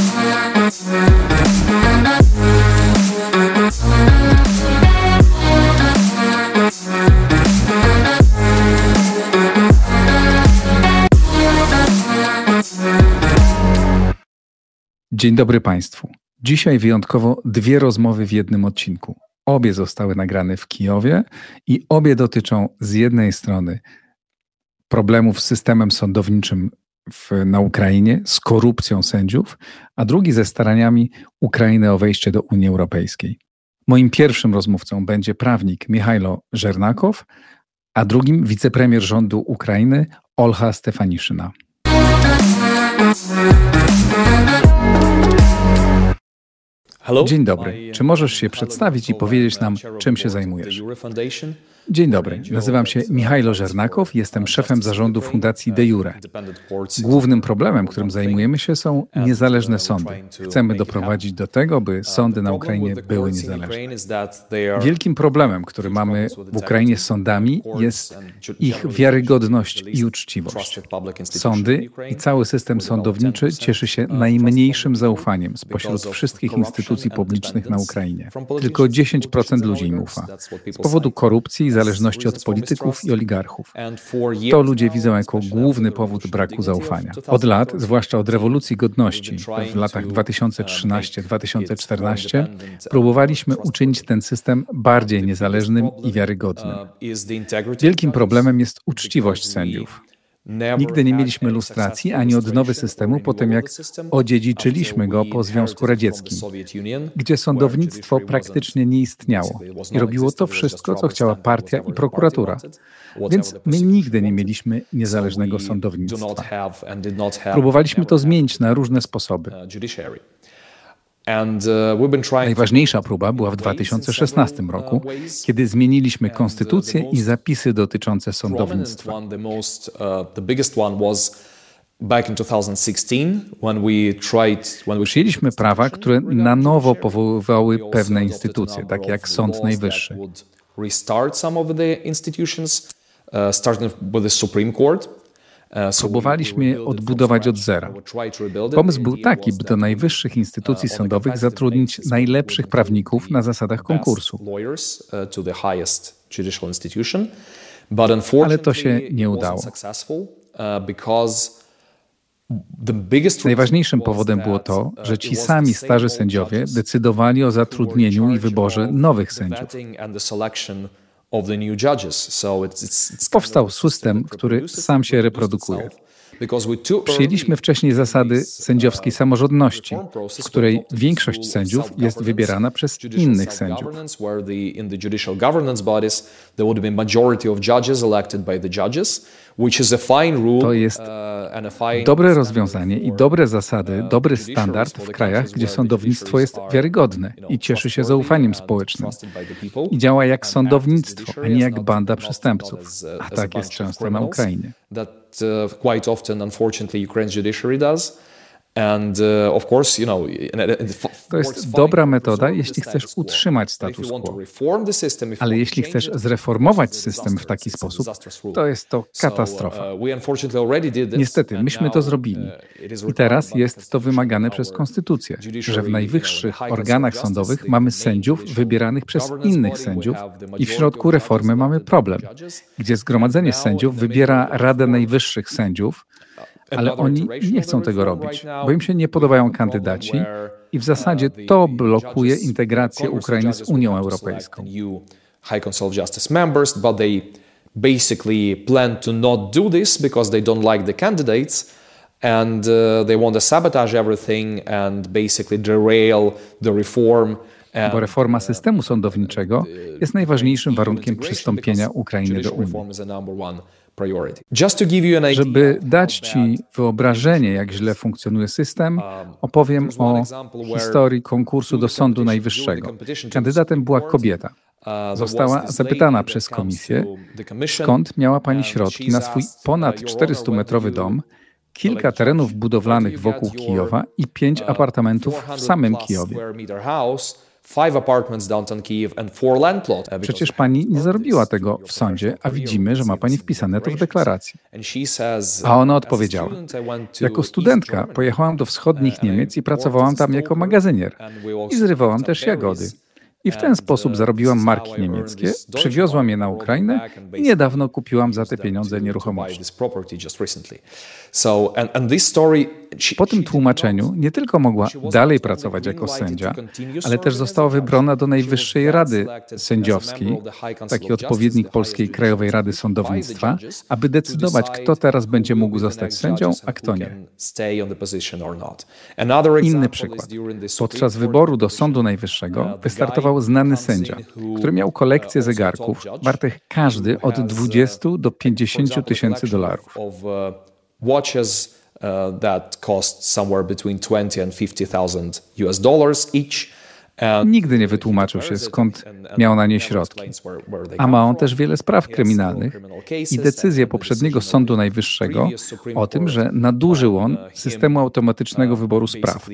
Dzień dobry Państwu. Dzisiaj wyjątkowo 2 rozmowy w jednym odcinku. Obie zostały nagrane w Kijowie i obie dotyczą z jednej strony problemów z systemem sądowniczym na Ukrainie, z korupcją sędziów, a drugi ze staraniami Ukrainy o wejście do Unii Europejskiej. Moim pierwszym rozmówcą będzie prawnik Michajlo Żernakow, a drugim wicepremier rządu Ukrainy Olcha Stefaniszyna. Dzień dobry. Czy możesz się przedstawić i powiedzieć nam, czym się zajmujesz? Dzień dobry. Nazywam się Michajlo Żernakow i jestem szefem zarządu Fundacji De Jure. Głównym problemem, którym zajmujemy się, są niezależne sądy. Chcemy doprowadzić do tego, by sądy na Ukrainie były niezależne. Wielkim problemem, który mamy w Ukrainie z sądami, jest ich wiarygodność i uczciwość. Sądy i cały system sądowniczy cieszy się najmniejszym zaufaniem spośród wszystkich instytucji publicznych na Ukrainie. Tylko 10% ludzi im ufa. Z powodu korupcji, zależności od polityków i oligarchów. To ludzie widzą jako główny powód braku zaufania. Od lat, zwłaszcza od rewolucji godności w latach 2013-2014, próbowaliśmy uczynić ten system bardziej niezależnym i wiarygodnym. Wielkim problemem jest uczciwość sędziów. Nigdy nie mieliśmy lustracji ani odnowy systemu po tym, jak odziedziczyliśmy go po Związku Radzieckim, gdzie sądownictwo praktycznie nie istniało i robiło to wszystko, co chciała partia i prokuratura. Więc my nigdy nie mieliśmy niezależnego sądownictwa. Próbowaliśmy to zmienić na różne sposoby. Najważniejsza próba była w 2016 roku, kiedy zmieniliśmy konstytucję i zapisy dotyczące sądownictwa. Przyjęliśmy prawa, które na nowo powoływały pewne instytucje, takie jak Sąd Najwyższy. Próbowaliśmy je odbudować od zera. Pomysł był taki, by do najwyższych instytucji sądowych zatrudnić najlepszych prawników na zasadach konkursu. Ale to się nie udało. Najważniejszym powodem było to, że ci sami starzy sędziowie decydowali o zatrudnieniu i wyborze nowych sędziów. Powstał system, który sam się reprodukuje. Przyjęliśmy wcześniej zasady sędziowskiej samorządności, w której większość sędziów jest wybierana przez innych sędziów. To jest dobre rozwiązanie i dobre zasady, dobry standard w krajach, gdzie sądownictwo jest wiarygodne i cieszy się zaufaniem społecznym. I działa jak sądownictwo, a nie jak banda przestępców. A tak jest często na Ukrainie. Quite often, unfortunately, Ukraine's judiciary does. To jest dobra metoda, jeśli chcesz utrzymać status quo. Ale jeśli chcesz zreformować system w taki sposób, to jest to katastrofa. Niestety, myśmy to zrobili. I teraz jest to wymagane przez konstytucję, że w najwyższych organach sądowych mamy sędziów wybieranych przez innych sędziów i w środku reformy mamy problem, gdzie Zgromadzenie Sędziów wybiera Radę Najwyższych Sędziów, ale oni nie chcą tego robić, bo im się nie podobają kandydaci i w zasadzie to blokuje integrację Ukrainy z Unią Europejską. Basically plan to not do this because they don't like the candidates and they want to sabotage everything and basically derail the reform. Bo reforma systemu sądowniczego jest najważniejszym warunkiem przystąpienia Ukrainy do Unii. Żeby dać Ci wyobrażenie, jak źle funkcjonuje system, opowiem o historii konkursu do Sądu Najwyższego. Kandydatem była kobieta. Została zapytana przez komisję, skąd miała pani środki na swój ponad 400-metrowy dom, kilka terenów budowlanych wokół Kijowa i 5 apartamentów w samym Kijowie. Przecież pani nie zarobiła tego w sądzie, a widzimy, że ma pani wpisane to w deklaracji. A ona odpowiedziała: jako studentka pojechałam do wschodnich Niemiec i pracowałam tam jako magazynier. I zrywałam też jagody. I w ten sposób zarobiłam marki niemieckie, przywiozłam je na Ukrainę i niedawno kupiłam za te pieniądze nieruchomości. Po tym tłumaczeniu nie tylko mogła dalej pracować jako sędzia, ale też została wybrana do Najwyższej Rady Sędziowskiej, taki odpowiednik Polskiej Krajowej Rady Sądownictwa, aby decydować, kto teraz będzie mógł zostać sędzią, a kto nie. Inny przykład. Podczas wyboru do Sądu Najwyższego wystartował znany sędzia, który miał kolekcję zegarków wartych każdy od 20 do 50 tysięcy dolarów. That cost somewhere between 20 and 50,000 US dollars each. Nigdy nie wytłumaczył się, skąd miał na nie środki. A ma on też wiele spraw kryminalnych i decyzję poprzedniego Sądu Najwyższego o tym, że nadużył on systemu automatycznego wyboru spraw.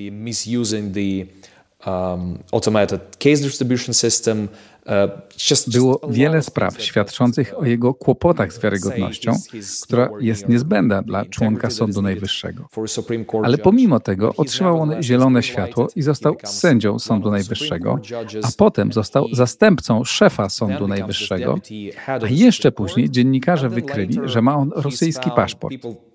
Automated case distribution system. Było wiele spraw świadczących o jego kłopotach z wiarygodnością, która jest niezbędna dla członka Sądu Najwyższego. Ale pomimo tego otrzymał on zielone światło i został sędzią Sądu Najwyższego, a potem został zastępcą szefa Sądu Najwyższego, a jeszcze później dziennikarze wykryli, że ma on rosyjski paszport.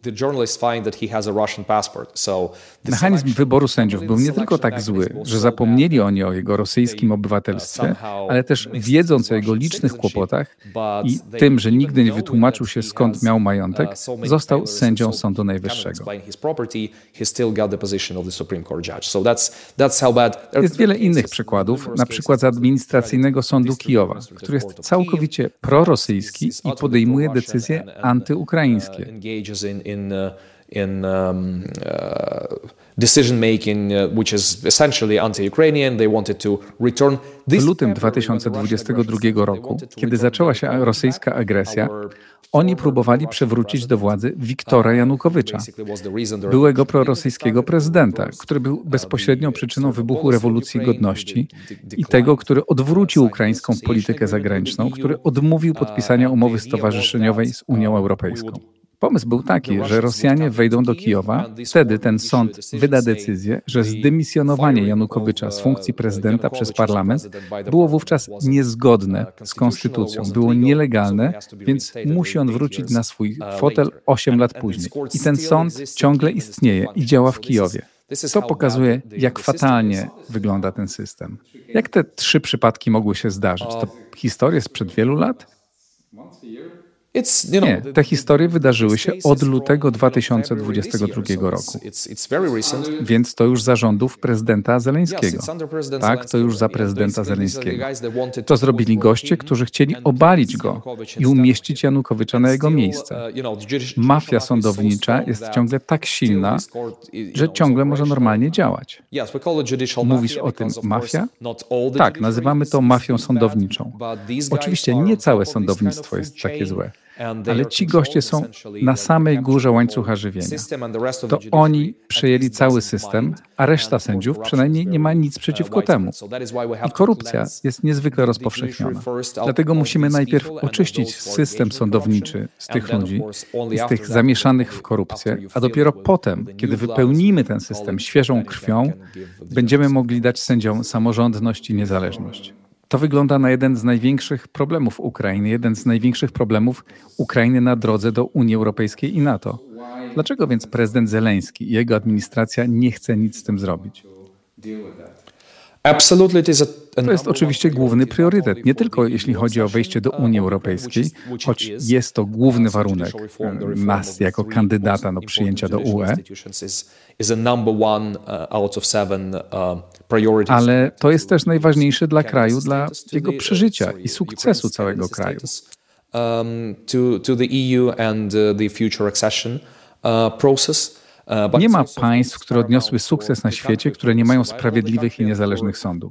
Mechanizm wyboru sędziów był nie tylko tak zły, że zapomnieli oni o jego rosyjskim obywatelstwie, ale też wiedząc o jego licznych kłopotach i tym, że nigdy nie wytłumaczył się, skąd miał majątek, został sędzią Sądu Najwyższego. Jest wiele innych przykładów, na przykład z administracyjnego sądu Kijowa, który jest całkowicie prorosyjski i podejmuje decyzje antyukraińskie. Decision making, which is essentially anti-Ukrainian. They wanted to return this. W lutym 2022 roku, kiedy zaczęła się rosyjska agresja, oni próbowali przywrócić do władzy Wiktora Janukowycza, byłego prorosyjskiego prezydenta, który był bezpośrednią przyczyną wybuchu rewolucji godności i tego, który odwrócił ukraińską politykę zagraniczną, który odmówił podpisania umowy stowarzyszeniowej z Unią Europejską. Pomysł był taki, że Rosjanie wejdą do Kijowa, wtedy ten sąd wyda decyzję, że zdymisjonowanie Janukowycza z funkcji prezydenta przez parlament było wówczas niezgodne z konstytucją, było nielegalne, więc musi on wrócić na swój fotel 8 lat później. I ten sąd ciągle istnieje i działa w Kijowie. To pokazuje, jak fatalnie wygląda ten system. Jak te 3 przypadki mogły się zdarzyć? To historie sprzed wielu lat? Nie, te historie wydarzyły się od lutego 2022 roku. Więc to już za rządów prezydenta Zeleńskiego. Tak, to już za prezydenta Zeleńskiego. To zrobili goście, którzy chcieli obalić go i umieścić Janukowycza na jego miejsce. Mafia sądownicza jest ciągle tak silna, że ciągle może normalnie działać. Mówisz o tym mafia? Tak, nazywamy to mafią sądowniczą. Oczywiście nie całe sądownictwo jest takie złe. Ale ci goście są na samej górze łańcucha żywienia. To oni przejęli cały system, a reszta sędziów przynajmniej nie ma nic przeciwko temu. I korupcja jest niezwykle rozpowszechniona. Dlatego musimy najpierw oczyścić system sądowniczy z tych ludzi, z tych zamieszanych w korupcję, a dopiero potem, kiedy wypełnimy ten system świeżą krwią, będziemy mogli dać sędziom samorządność i niezależność. To wygląda na jeden z największych problemów Ukrainy, jeden z największych problemów Ukrainy na drodze do Unii Europejskiej i NATO. Dlaczego więc prezydent Zeleński i jego administracja nie chce nic z tym zrobić? To jest oczywiście główny priorytet, nie tylko jeśli chodzi o wejście do Unii Europejskiej, choć jest to główny warunek nas jako kandydata do przyjęcia do UE, ale to jest też najważniejsze dla kraju, dla jego przeżycia i sukcesu całego kraju. Nie ma państw, które odniosły sukces na świecie, które nie mają sprawiedliwych i niezależnych sądów.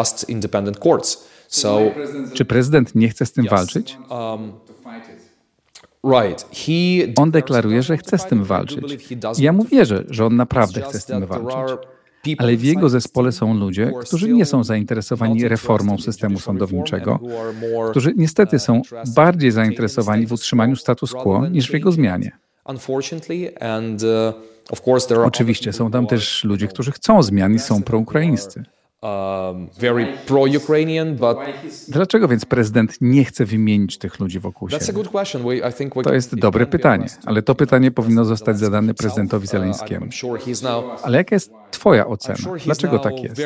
Czy prezydent nie chce z tym walczyć? On deklaruje, że chce z tym walczyć. I ja mu wierzę, że on naprawdę chce z tym walczyć. Ale w jego zespole są ludzie, którzy nie są zainteresowani reformą systemu sądowniczego, którzy niestety są bardziej zainteresowani w utrzymaniu status quo niż w jego zmianie. Oczywiście są tam też ludzie, którzy chcą zmian i są proukraińscy. Dlaczego więc prezydent nie chce wymienić tych ludzi wokół siebie? To jest dobre pytanie, ale to pytanie powinno zostać zadane prezydentowi Zeleńskiemu. Ale jaka jest twoja ocena? Dlaczego tak jest?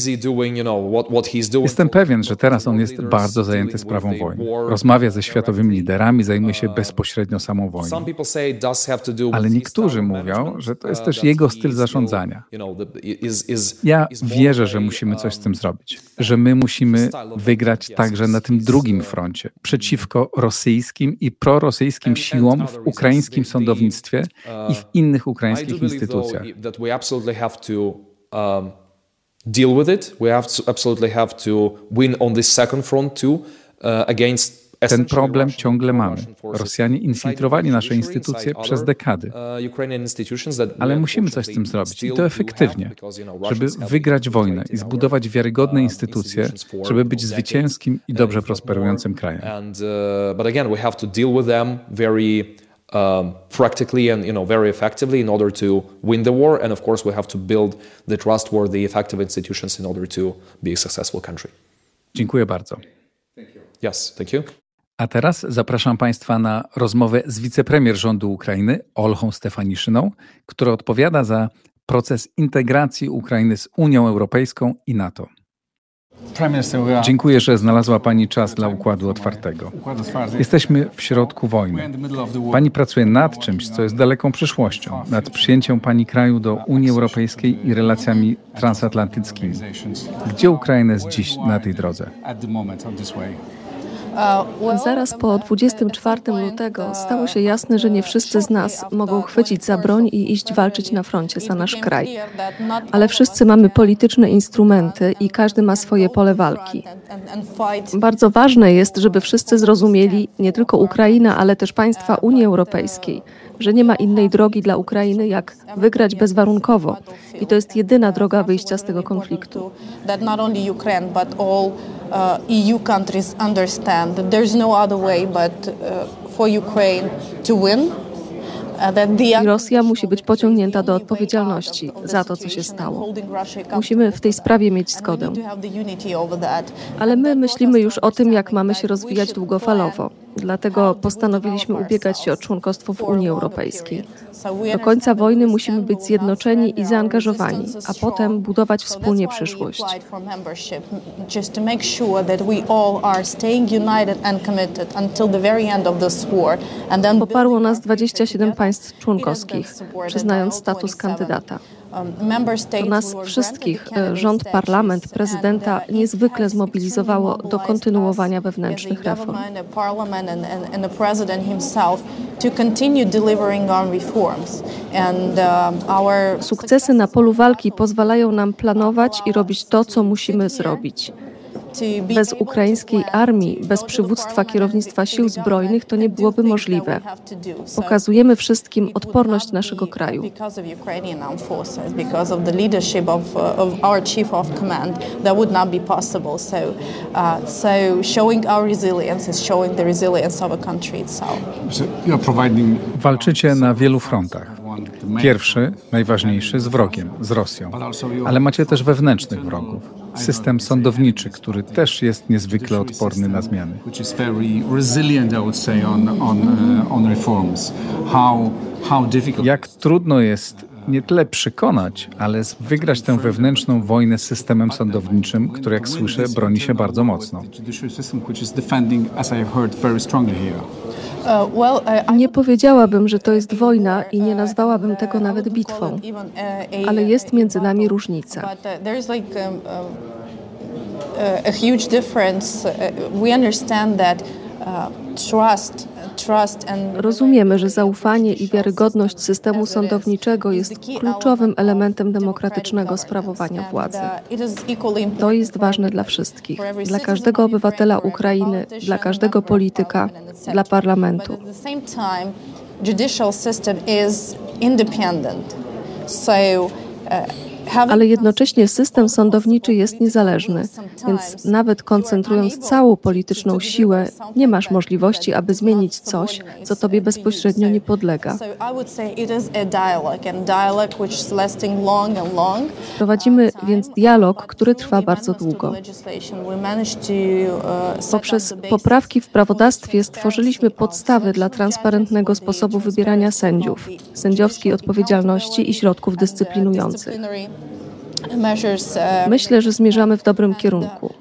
Jestem pewien, że teraz on jest bardzo zajęty sprawą wojny. Rozmawia ze światowymi liderami, zajmuje się bezpośrednio samą wojną. Ale niektórzy mówią, że to jest też jego styl zarządzania. Ja wierzę, że musimy coś z tym zrobić. Że my musimy wygrać także na tym drugim froncie, przeciwko rosyjskim i prorosyjskim siłom w ukraińskim sądownictwie i w innych ukraińskich instytucjach. Deal with it. We absolutely have to win on this second front too against. Ten problem ciągle mamy. Rosjanie infiltrowali nasze instytucje przez dekady. Ale musimy coś z tym zrobić i to efektywnie, żeby wygrać wojnę i zbudować wiarygodne instytucje, żeby być zwycięskim i dobrze prosperującym krajem. But again, we have to deal with them very practically and very effectively in order to win the war. And of course, we have to build the trustworthy, effective institutions in order to be a successful country. Dziękuję bardzo. Yes, thank you. A teraz zapraszam Państwa na rozmowę z wicepremier rządu Ukrainy, Olchą Stefaniszyną, która odpowiada za proces integracji Ukrainy z Unią Europejską i NATO. Dziękuję, że znalazła Pani czas dla Układu Otwartego. Jesteśmy w środku wojny. Pani pracuje nad czymś, co jest daleką przyszłością, nad przyjęciem Pani kraju do Unii Europejskiej i relacjami transatlantyckimi. Gdzie Ukraina jest dziś na tej drodze? Zaraz po 24 lutego stało się jasne, że nie wszyscy z nas mogą chwycić za broń i iść walczyć na froncie za nasz kraj. Ale wszyscy mamy polityczne instrumenty i każdy ma swoje pole walki. Bardzo ważne jest, żeby wszyscy zrozumieli, nie tylko Ukraina, ale też państwa Unii Europejskiej, że nie ma innej drogi dla Ukrainy, jak wygrać bezwarunkowo. I to jest jedyna droga wyjścia z tego konfliktu. EU countries understand that there's no other way but for Ukraine to win. I Rosja musi być pociągnięta do odpowiedzialności za to, co się stało. Musimy w tej sprawie mieć zgodę. Ale my myślimy już o tym, jak mamy się rozwijać długofalowo. Dlatego postanowiliśmy ubiegać się o członkostwo w Unii Europejskiej. Do końca wojny musimy być zjednoczeni i zaangażowani, a potem budować wspólnie przyszłość. Poparło nas 27 państw członkowskich, przyznając status kandydata. To nas wszystkich, rząd, parlament, prezydenta niezwykle zmobilizowało do kontynuowania wewnętrznych reform. Sukcesy na polu walki pozwalają nam planować i robić to, co musimy zrobić. Bez ukraińskiej armii, bez przywództwa kierownictwa sił zbrojnych to nie byłoby możliwe. Pokazujemy wszystkim odporność naszego kraju. Walczycie na wielu frontach. Pierwszy, najważniejszy, z wrogiem, z Rosją. Ale macie też wewnętrznych wrogów. System sądowniczy, który też jest niezwykle odporny na zmiany. Jak trudno jest nie tyle przekonać, ale wygrać tę wewnętrzną wojnę z systemem sądowniczym, który, jak słyszę, broni się bardzo mocno. Nie powiedziałabym, że to jest wojna i nie nazwałabym tego nawet bitwą, ale jest między nami różnica. A huge difference. We understand that Rozumiemy, że zaufanie i wiarygodność systemu sądowniczego jest kluczowym elementem demokratycznego sprawowania władzy. To jest ważne dla wszystkich, dla każdego obywatela Ukrainy, dla każdego polityka, dla parlamentu. Ale jednocześnie system sądowniczy jest niezależny, więc nawet koncentrując całą polityczną siłę, nie masz możliwości, aby zmienić coś, co tobie bezpośrednio nie podlega. Prowadzimy więc dialog, który trwa bardzo długo. Poprzez poprawki w prawodawstwie stworzyliśmy podstawy dla transparentnego sposobu wybierania sędziów, sędziowskiej odpowiedzialności i środków dyscyplinujących. Myślę, że zmierzamy w dobrym kierunku.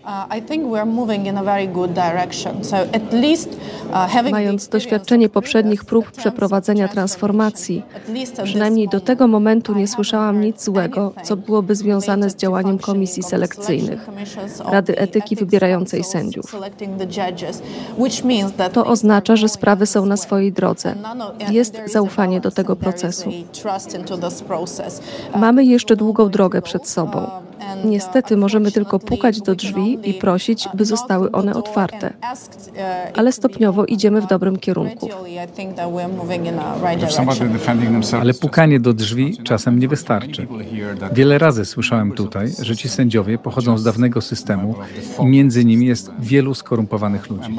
Mając doświadczenie poprzednich prób przeprowadzenia transformacji, przynajmniej do tego momentu nie słyszałam nic złego, co byłoby związane z działaniem komisji selekcyjnych, Rady Etyki wybierającej sędziów. To oznacza, że sprawy są na swojej drodze. Jest zaufanie do tego procesu. Mamy jeszcze długą drogę przed sobą. Niestety możemy tylko pukać do drzwi i prosić, by zostały one otwarte. Ale stopniowo idziemy w dobrym kierunku. Ale pukanie do drzwi czasem nie wystarczy. Wiele razy słyszałem tutaj, że ci sędziowie pochodzą z dawnego systemu i między nimi jest wielu skorumpowanych ludzi.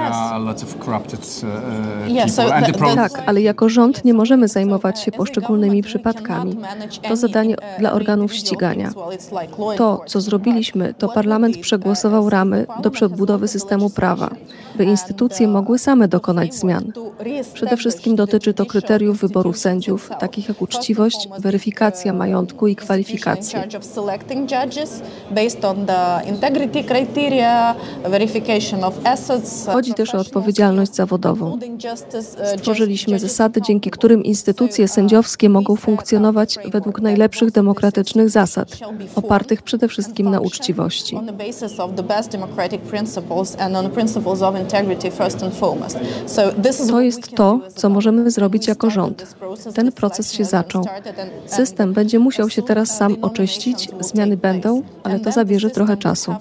Tak, ale jako rząd nie możemy zajmować się poszczególnymi przypadkami. To zadanie dla organów ścigania. To, co zrobiliśmy, to parlament przegłosował ramy do przebudowy systemu prawa, by instytucje mogły same dokonać zmian. Przede wszystkim dotyczy to kryteriów wyboru sędziów, takich jak uczciwość, weryfikacja majątku i kwalifikacje. Chodzi też o odpowiedzialność zawodową. Stworzyliśmy zasady, dzięki którym instytucje sędziowskie mogą funkcjonować według najlepszych demokratycznych zasad, opartych przede wszystkim na uczciwości. To jest to, co możemy zrobić jako rząd. Ten proces się zaczął. System będzie musiał się teraz sam oczyścić, zmiany będą, ale to zabierze trochę czasu.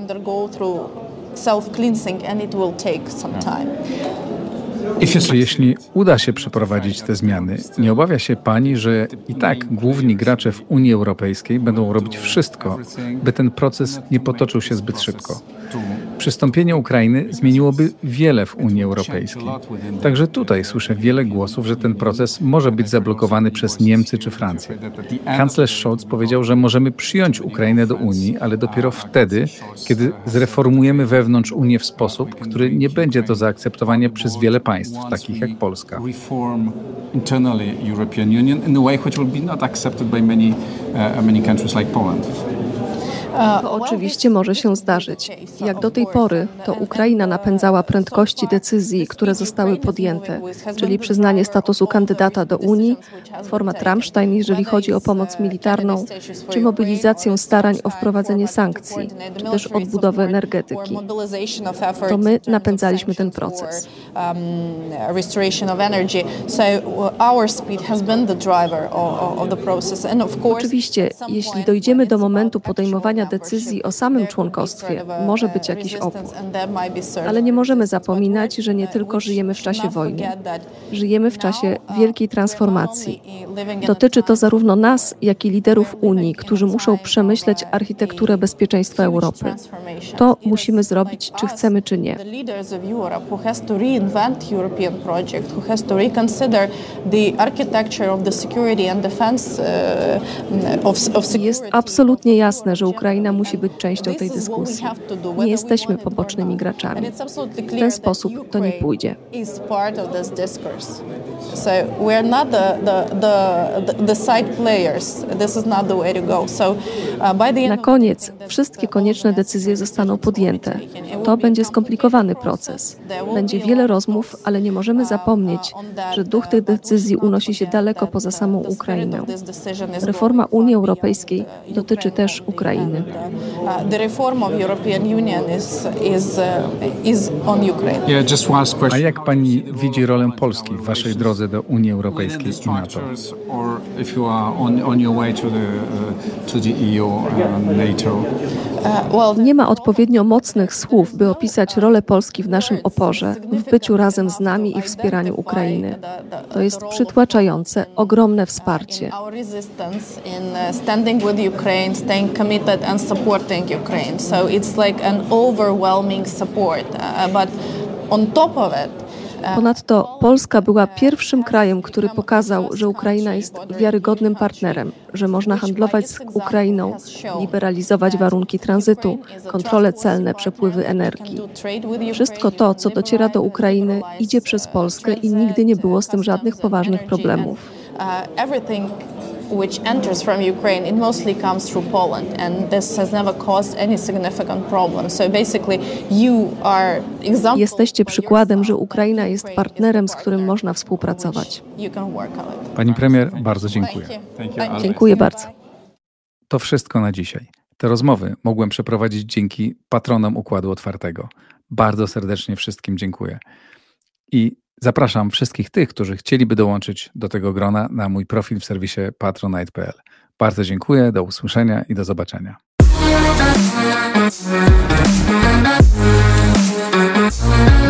Czy jeśli uda się przeprowadzić te zmiany, nie obawia się pani, że i tak główni gracze w Unii Europejskiej będą robić wszystko, by ten proces nie potoczył się zbyt szybko? Przystąpienie Ukrainy zmieniłoby wiele w Unii Europejskiej. Także tutaj słyszę wiele głosów, że ten proces może być zablokowany przez Niemcy czy Francję. Kanclerz Scholz powiedział, że możemy przyjąć Ukrainę do Unii, ale dopiero wtedy, kiedy zreformujemy wewnątrz Unię w sposób, który nie będzie do zaakceptowania przez wiele państw, takich jak Polska. To oczywiście może się zdarzyć. Jak do tej pory, to Ukraina napędzała prędkości decyzji, które zostały podjęte, czyli przyznanie statusu kandydata do Unii, format Rammstein, jeżeli chodzi o pomoc militarną, czy mobilizację starań o wprowadzenie sankcji, czy też odbudowę energetyki. To my napędzaliśmy ten proces. Oczywiście, jeśli dojdziemy do momentu podejmowania decyzji o samym członkostwie, może być jakiś opór. Ale nie możemy zapominać, że nie tylko żyjemy w czasie wojny. Żyjemy w czasie wielkiej transformacji. Dotyczy to zarówno nas, jak i liderów Unii, którzy muszą przemyśleć architekturę bezpieczeństwa Europy. To musimy zrobić, czy chcemy, czy nie. Jest absolutnie jasne, że Ukraina musi być częścią tej dyskusji. Nie jesteśmy pobocznymi graczami. W ten sposób to nie pójdzie. Na koniec wszystkie konieczne decyzje zostaną podjęte. To będzie skomplikowany proces. Będzie wiele rozmów, ale nie możemy zapomnieć, że duch tych decyzji unosi się daleko poza samą Ukrainę. Reforma Unii Europejskiej dotyczy też Ukrainy. the reform of European Union is on Ukraine. A jak pani widzi rolę Polski w waszej drodze do Unii Europejskiej i NATO? Nie ma odpowiednio mocnych słów, by opisać rolę Polski w naszym oporze, w byciu razem z nami i wspieraniu Ukrainy. To jest przytłaczające, ogromne wsparcie. Ponadto Polska była pierwszym krajem, który pokazał, że Ukraina jest wiarygodnym partnerem, że można handlować z Ukrainą, liberalizować warunki tranzytu, kontrole celne, przepływy energii. Wszystko to, co dociera do Ukrainy, idzie przez Polskę i nigdy nie było z tym żadnych poważnych problemów. Which enters from Ukraine, it mostly comes through Poland, and this has never caused any significant problem. So basically, you are example. Jesteście przykładem, że Ukraina jest partnerem, z którym można współpracować. Pani premier, bardzo dziękuję. Dziękuję bardzo. To wszystko na dzisiaj. Te rozmowy mogłem przeprowadzić dzięki patronom Układu Otwartego. Bardzo serdecznie wszystkim dziękuję. I zapraszam wszystkich tych, którzy chcieliby dołączyć do tego grona na mój profil w serwisie patronite.pl. Bardzo dziękuję, do usłyszenia i do zobaczenia.